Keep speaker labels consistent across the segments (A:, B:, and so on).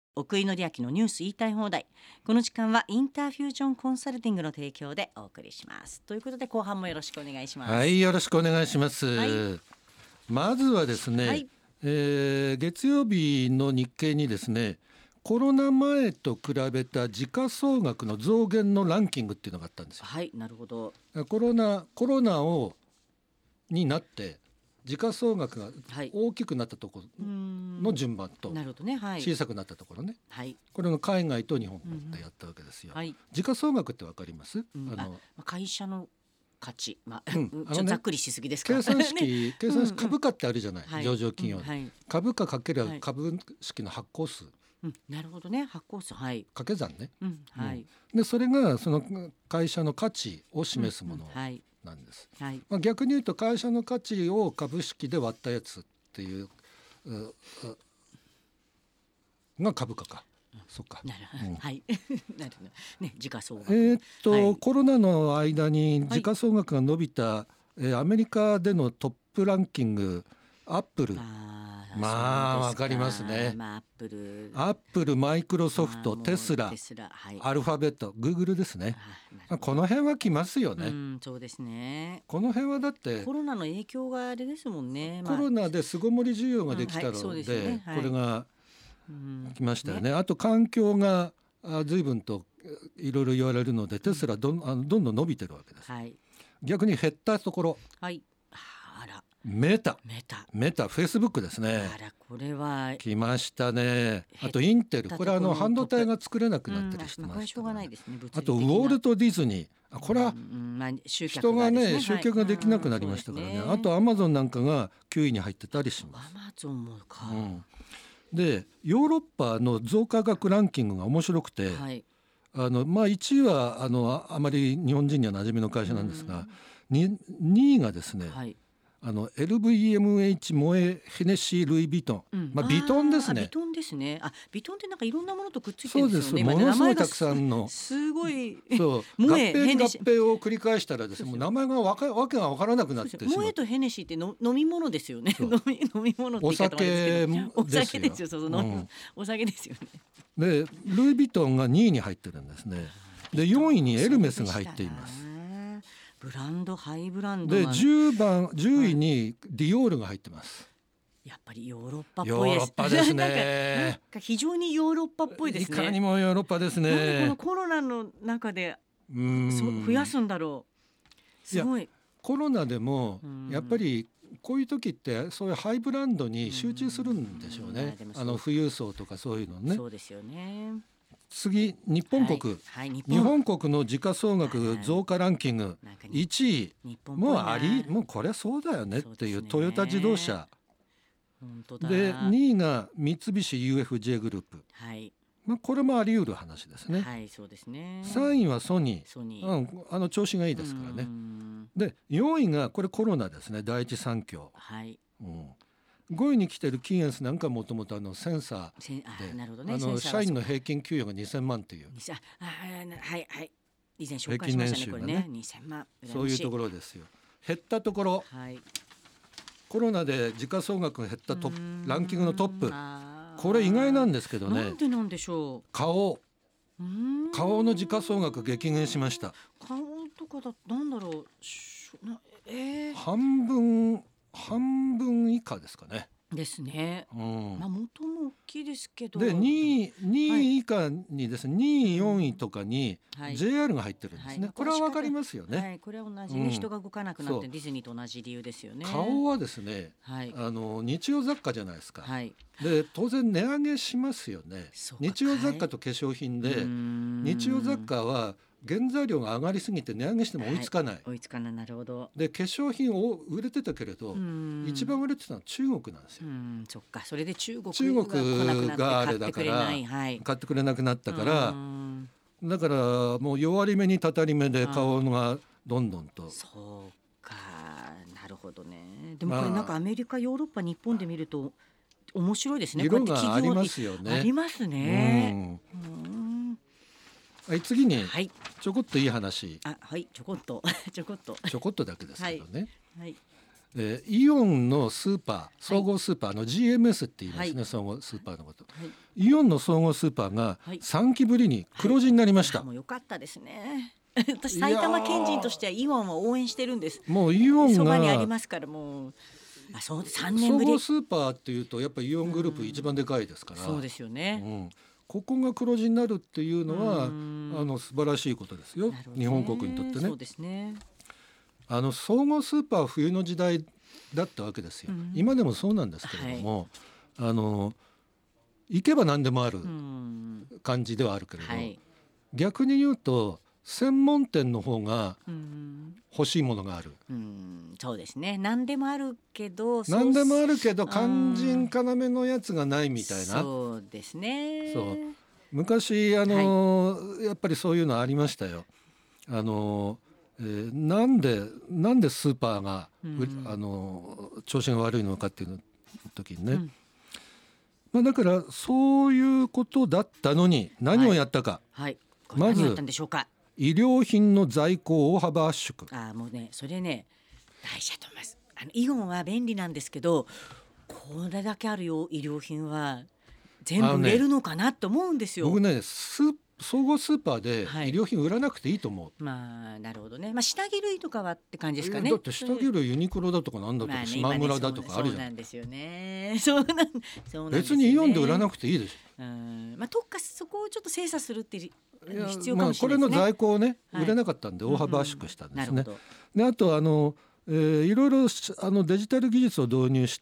A: 奥井紀明のニュース言いたい放題。この時間はインターフュージョンコンサルティングの提供でお送りします。ということで後半もよろしくお願いします。
B: はい、よろしくお願いします、
A: はい、
B: まずはですね、
A: はい、
B: 月曜日の日経にですね、コロナ前と比べた時価総額の増減のランキングっていうのがあったんですよ。
A: はい、なるほど。
B: コロナになって時価総額が大きくなったところの順番と、
A: なるほどね、はい、
B: 小さくなったところね、
A: はい、
B: これが海外と日本でやったわけですよ、
A: はい、
B: 時価総額って分かります？
A: 会社の価値、ちょっとざっくりしすぎですか？
B: 計算式株価ってあるじゃない、上場企業、株価かける株式の発行数、
A: なるほどね、発行数、はい、
B: 掛け算ね、
A: で
B: それがその会社の価値を示すものなんです、逆に言うと会社の価値を株式で割ったやつっていうが株価か。そっか。
A: はい。なるほど。ね、時価総額。
B: コロナの間に時価総額が伸びた、アメリカでのトップランキング、アップル。わかりますね。アップル、マイクロソフト、テスラ、アルファベット、グーグルですね。この辺は来ますよね。
A: そうですね。
B: この辺はだって
A: コロナの影響があれですもんね。
B: コロナで巣ごもり需要ができたので、これが来ましたよね。あと環境が随分といろいろ言われるので、テスラどんどん伸びてるわけです。逆に減ったところ、メタ、フェイスブックですね。
A: これは
B: 来ましたね。あとインテル、これ半導体が作れなくなったりしてましたね。あとウォルト・ディズニー、これは人がね集客ができなくなりましたからね。あとアマゾンなんかが9位に入ってたりします。
A: アマゾンもか。
B: でヨーロッパの増加額ランキングが面白くて、1位はあまり日本人には馴染みの会社なんですが、2位がですね、LVMH、モエ、ヘネシー、ルイ・ヴィトン、ビトンですね。
A: ビトンですね。ビトンってなんかいろんなものとくっついてるんですよね。
B: ものすごいたくさんの
A: すごい
B: 合併を繰り返したらですね、もう名前がわけが分からなくなってしまう。
A: モエとヘネシーって飲み物ですよね。飲み物って言い方
B: お酒
A: ですよ。お酒ですよね。
B: でルイ・ヴィトンが2位に入ってるんですね。で4位にエルメスが入っています。
A: ブランド、ハイブランド
B: で10位にディオールが入ってます。
A: やっぱりヨーロッパっぽいです。
B: ヨーロッパですね。
A: なんか非常にヨーロッパっぽいですね。
B: いかにもヨーロッパですね。
A: なんでこのコロナの中で増やすんだろう。すごい。
B: コロナでもやっぱりこういう時ってそういうハイブランドに集中するんでしょうね。富裕層とかそういうのね。
A: そうですよね。
B: 次、日本国、日本国の時価総額増加ランキング1位、もうこれそうだよねっていうトヨタ自動車で、2位が三菱 UFJ グループ、これもあり得る話ですね。3位はソニー、調子がいいですからね。で4位がこれコロナですね、第一三共。5位に来てるキーエンスなんかもともとセンサーで、社員の平均給与が2000万という
A: 以前紹介しましたね。これね、2000万、
B: そういうところですよ。減ったところ、コロナで時価総額が減ったランキングのトップ、これ意外なんですけどね。
A: なんでなんでしょう。
B: 花王の時価総額激減しました。
A: 花王とかなんだろう、
B: 半分以下ですかね。
A: ですね。元も大きいですけど。
B: で2位以下にですね、2位4位とかに JR が入ってるんですね。これは分かりますよね。
A: これは同じね、人が動かなくなってディズニーと同じ理由ですよね。
B: 花王はですね、日用雑貨じゃないですか。で当然値上げしますよね。日用雑貨と化粧品で、日用雑貨は原材料が上がりすぎて値上げしても追いつかない、
A: なるほど。
B: で化粧品を売れてたけれど一番売れてたのは中国なんですよ。
A: そっか、それで中国
B: があれだから買ってくれなくなったから、だからもう弱り目にたたり目で買うのがどんどんと。
A: そうか、なるほどね。でもこれなんかアメリカ、ヨーロッパ、日本で見ると面白いですね。
B: 色がありますよね。
A: ありますね。
B: 次にちょこっといい話。
A: ちょこっとだけですけどね。
B: イオンのスーパー総合スーパーの GMS って言いますね、総合スーパーのこと、イオンの総合スーパーが3期ぶりに黒字になりました。
A: もう良かったですね。私埼玉県人としてはイオンを応援してるんです。
B: もうイオンが
A: そばにありますから、もうそう3年ぶり。
B: 総合スーパーっていうとやっぱりイオングループ一番でかいですから、
A: そうですよね、
B: ここが黒字になるっていうのは素晴らしいことですよ、日本国にとってね。
A: そうですね。
B: 総合スーパーは冬の時代だったわけですよ、今でもそうなんですけれども、行けば何でもある感じではあるけれど、逆に言うと専門店の方が欲しいものがある。
A: そうですね。何でもあるけど
B: 肝心要のやつがないみたいな。
A: そうですね。
B: そう昔やっぱりそういうのありましたよ。なんでスーパーが、調子が悪いのかっていう時にね、だからそういうことだったのに何をやったか、まず衣料品の在庫を大幅圧縮。
A: もうね、それね大事だと思います。イオンは便利なんですけど、これだけあるよ衣料品は全部売れるのかなと思うんですよ。
B: 僕ね総合スーパーで衣料品売らなくていいと思う。
A: なるほどね。下着類とかはって感じですかね。
B: だって下着類ユニクロだとかなんだとか、島村だとかあるじゃん。
A: そうなんですよね。そうなんですよね。
B: 別にイオンで売らなくていいでし
A: ょ。特化そこをちょっと精査するって必要かもしれないですね。
B: これの在庫をね、売れなかったんで大幅圧縮したんですね。であといろいろデジタル技術を導入して、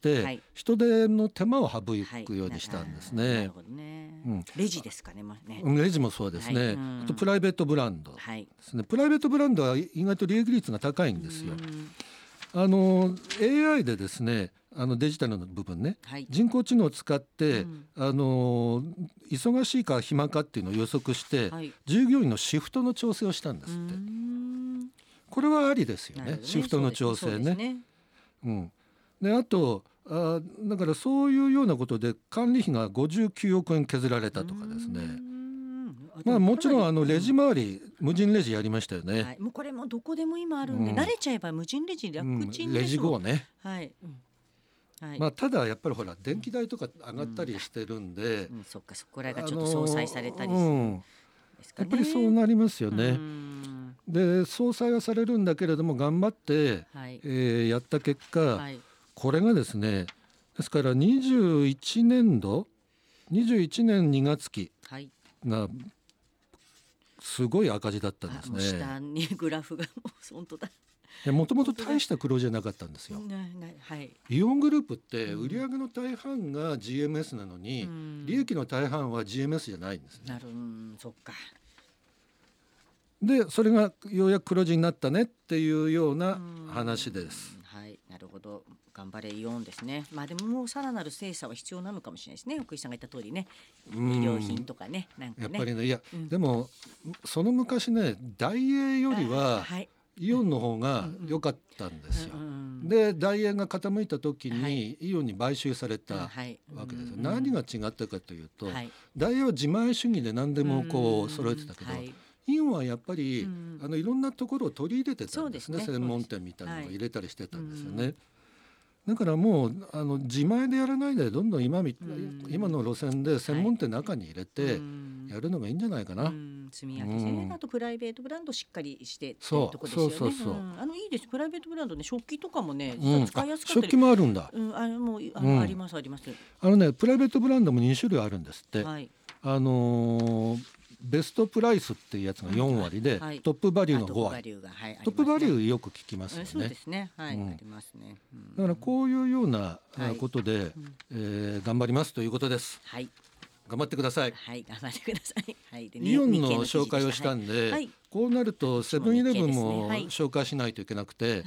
B: 人手の手間を省くようにしたんですね。
A: なるほどね。レジですかね。
B: レジもそうですね。あとプライベートブランドですね。プライベートブランドは意外と利益率が高いんですよ。AI でですね、デジタルの部分ね、人工知能を使って、忙しいか暇かっていうのを予測して、従業員のシフトの調整をしたんですって。これはありですよね、シフトの調整ね。であとだからそういうようなことで管理費が59億円削られたとかですね。もちろんレジ周り、無人レジやりましたよね。
A: もうこれもどこでも今あるんで、慣れちゃえば無人レジ楽ちんです。
B: レジ後ね。ただやっぱりほら電気代とか上がったりしてるんで、
A: そこらがちょっと相殺されたりするんですかね。
B: やっぱりそうなりますよね。で相殺はされるんだけれども頑張って、やった結果、これがですね、ですから21年2月期がすごい赤字だったんですね。
A: 下にグラフが本当だ。
B: もともと大した黒字じゃなかったんですよ。イオングループって売上の大半が GMS なのに、利益の大半は GMS じゃないんですね。
A: そっか。
B: でそれがようやく黒字になったねっていうような話です。
A: なるほど。頑張れイオンですね。でももうさらなる精査は必要なのかもしれないですね。奥井さんが言った通りね、衣料品とかね、
B: やっぱりね、でもその昔ね、ダイエーよりはイオンの方が良かったんですよ。でダイエーが傾いた時にイオンに買収されたわけですよ。何が違ったかというと、ダイエーは自前主義で何でもこう揃えてたけど、イオンはやっぱりいろんなところを取り入れてたんですね。専門店みたいなのを入れたりしてたんですよね。だからもう自前でやらないでどんどん今の路線で専門店の中に入れてやるのがいいんじゃないかな。
A: 積み上げて、あとプライベートブランドしっかりしてっていうところですよね。いいです。プライベートブランドね、食器とかもね、実は使いやすかったり、
B: 食器もあるんだ。
A: もうありますあります。
B: プライベートブランドも2種類あるんですって。ベストプライスっていうやつが4割で、トップバリューの5割。トップバリューよく聞きますよね。
A: そうですね。ありますね。
B: だからこういうようなことで頑張りますということです。頑張ってください。
A: 頑張ってください。
B: イオンの紹介をしたんで、こうなるとセブンイレブンも紹介しないといけなくて、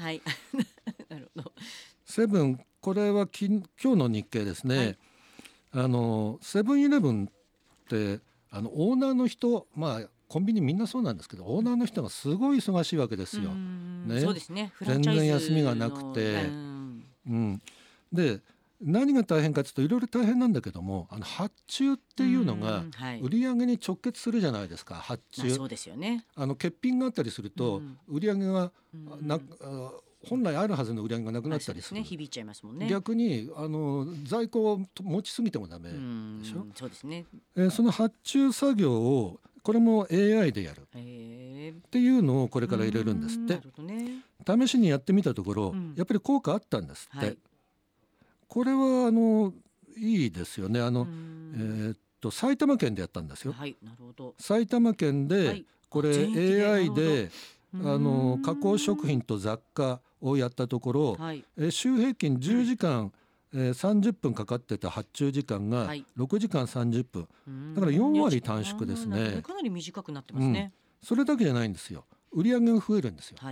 B: セブン、これは今日の日経ですね。セブンイレブンってオーナーの人、コンビニみんなそうなんですけど、オーナーの人がすごい忙しいわけですよ。
A: そうですね。
B: 全然休みがなくて、で何が大変かというといろいろ大変なんだけども、発注っていうのが売り上げに直結するじゃないですか。発注、
A: そうですよね。
B: 欠品があったりすると売り上げが本来あるはずの売り上げがなくなったりする、
A: 響いちゃいますもんね。
B: 逆に在庫を持ちすぎてもダメでしょ。
A: そうですね。
B: その発注作業をこれも AI でやるっていうのをこれから入れるんですって。試しにやってみたところ、やっぱり効果あったんですって。これはいいですよね。埼玉県でやったんですよ。なるほど。埼玉県でこれ AI で加工食品と雑貨をやったところ、週平均10時間30分かかってた発注時間が6時間30分、だから4割短縮ですね。
A: かなり短くなってますね。
B: それだけじゃないんですよ。売り上げが増えるんですよ。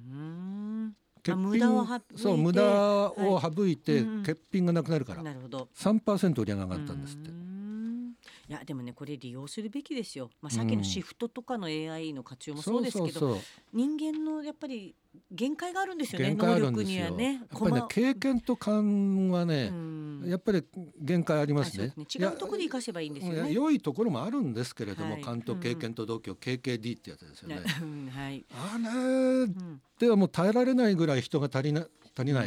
B: 無駄を省いて欠品がなくなるから 3% 売り上げが上がったんですって。
A: いやでもね、これ利用するべきですよ。さっきのシフトとかの AI の活用もそうですけど、人間のやっぱり限界があるんですよね。能力にはね。
B: やっぱりね、経験と勘はね、やっぱり限界ありますね。
A: 違うところで活かせばいいんですよね。
B: 良いところもあるんですけれども、勘と経験と度胸、KKD ってやつですよね。あれではもう耐えられないぐらい人が足りない。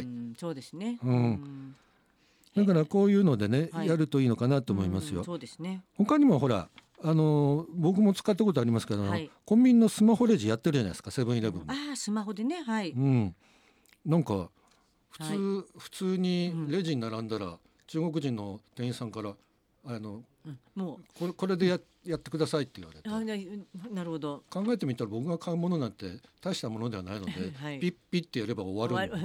A: そうですね。
B: だからこういうのでね、やるといいのかなと思いますよ。
A: そうですね。
B: 他にもほら僕も使ったことありますけど、コンビニのスマホレジやってるじゃないですか、セブンイレブンも。
A: スマホでね。
B: なんか普通にレジに並んだら中国人の店員さんからもうこれでやってくださいって言われて、
A: なるほど。
B: 考えてみたら僕が買うものなんて大したものではないので、ピッピッってやれば終わる。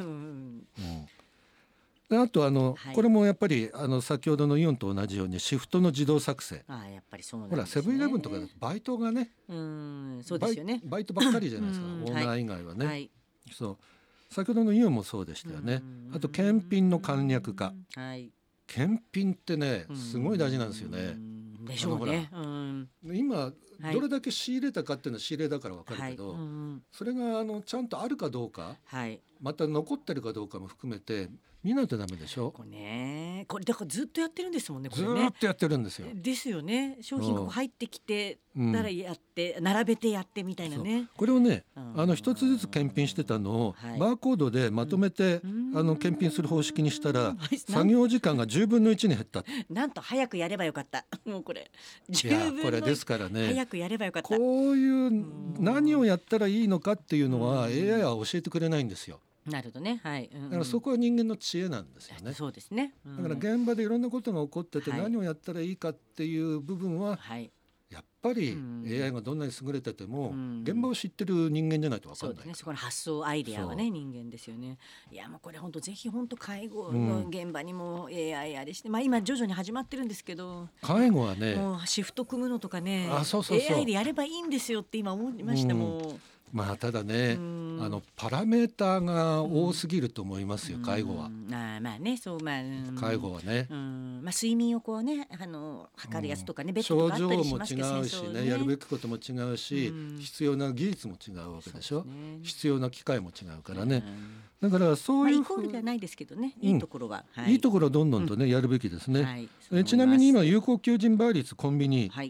B: あとこれもやっぱり先ほどのイオンと同じようにシフトの自動作成。
A: やっぱりそうなん
B: ですね。ほらセブンイレブンとかバイトがね、
A: そうですよね。
B: バイトばっかりじゃないですか、オーナー以外はね。そう、先ほどのイオンもそうでしたよね。あと検品の簡略化。検品ってね、すごい大事なんですよね。
A: でしょうね。
B: 今どれだけ仕入れたかっていうのは仕入れだから分かるけど、それがちゃんとあるかどうか、また残ってるかどうかも含めて見ないとダメでしょ。
A: これだからずっとやってるんですもんね。
B: ずっとやってるんですよ。
A: ですよね。商品が入ってきてたらやって並べてやってみたいなね。
B: これをね一つずつ検品してたのをバーコードでまとめて検品する方式にしたら作業時間が10分の1に減った。
A: なんと早くやればよかった。もうこれ
B: これですからね、
A: 早くやればよかった。
B: こういう何をやったらいいのかっていうのは AI は教えてくれないんですよ。
A: なるほどね。だ
B: からそこは人間の知恵なんですよね。
A: そうですね。
B: だから現場でいろんなことが起こってて何をやったらいいかっていう部分はやっぱり AI がどんなに優れてても現場を知ってる人間じゃないと分かんない。
A: そうですね。そこの発想アイデアはね人間ですよね。いやもうこれ本当ぜひ本当介護の現場にも AI あれして、今徐々に始まってるんですけど、
B: 介護はね
A: もうシフト組むのとかね、
B: そう
A: AI でやればいいんですよって今思いました。もう
B: ただねパラメーターが多すぎると思いますよ、介護は。介護はね、
A: 睡眠をこうね測るやつとかね、ベッドとかあったりしますけど、
B: 症状も違うしね、やるべきことも違うし、必要な技術も違うわけでしょ。必要な機械も違うからね。だからそういう
A: イコールではないですけどね、いいところは、
B: いいところはどんどんとねやるべきですね。ちなみに今有効求人倍率コンビニ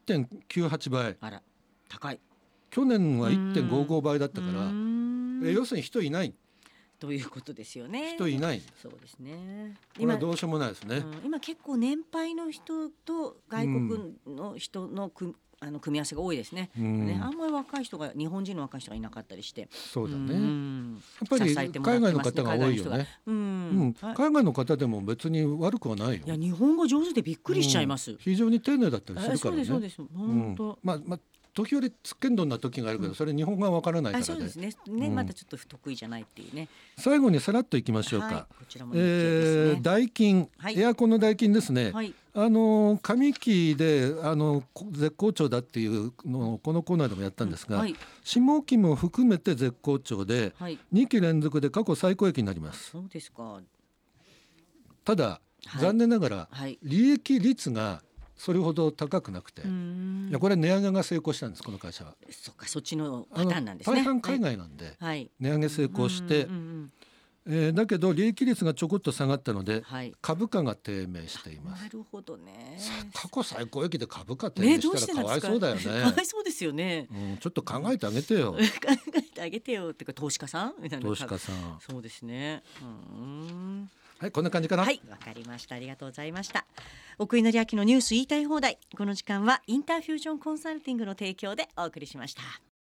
B: 1.98 倍、
A: 高い。
B: 去年は 1.55 倍だったから、要するに人いない
A: ということですよね。
B: 人いない。
A: そうですね。
B: これはどうしようもないですね。
A: 今結構年配の人と外国の人の組み合わせが多いですね。あんまり若い人が日本人の若い人がいなかったりして。
B: そうだね。やっぱり海外の方が多いよね。海外の方でも別に悪くはないよ。
A: いや日本語上手でびっくりしちゃいます。
B: 非常に丁寧だったりするからね。
A: そうです。本当。
B: 時折つっけんどんな時があるけど、それ日本語がわからないからね。
A: そうですね。またちょっと不得意じゃないっていうね。
B: 最後にさらっといきましょうか。代金、エアコンの代金ですね。上期で絶好調だっていうのをこのコーナーでもやったんですが、下期も含めて絶好調で2期連続で過去最高益になります。
A: そうですか。
B: ただ残念ながら利益率がそれほど高くなくて、いやこれ値上げが成功したんです、この会社は。
A: そっちのパターンなんですね。
B: 大半海外なんで、値上げ成功して、 だけど利益率がちょこっと下がったので、
A: はい、
B: 株価が低迷しています。
A: なるほどね。
B: 過去最高益で株価低迷したらかわいそうだよね。
A: かわいそうですよね、
B: ちょっと考えてあげてよ。
A: 考えてあげてよってか、投資家さんみたいな。
B: 投資家さん、
A: そうですね。
B: はい、こんな感じかな。
A: はい、わかりました。ありがとうございました。奥井紀明のニュース言いたい放題。この時間はインターフュージョンコンサルティングの提供でお送りしました。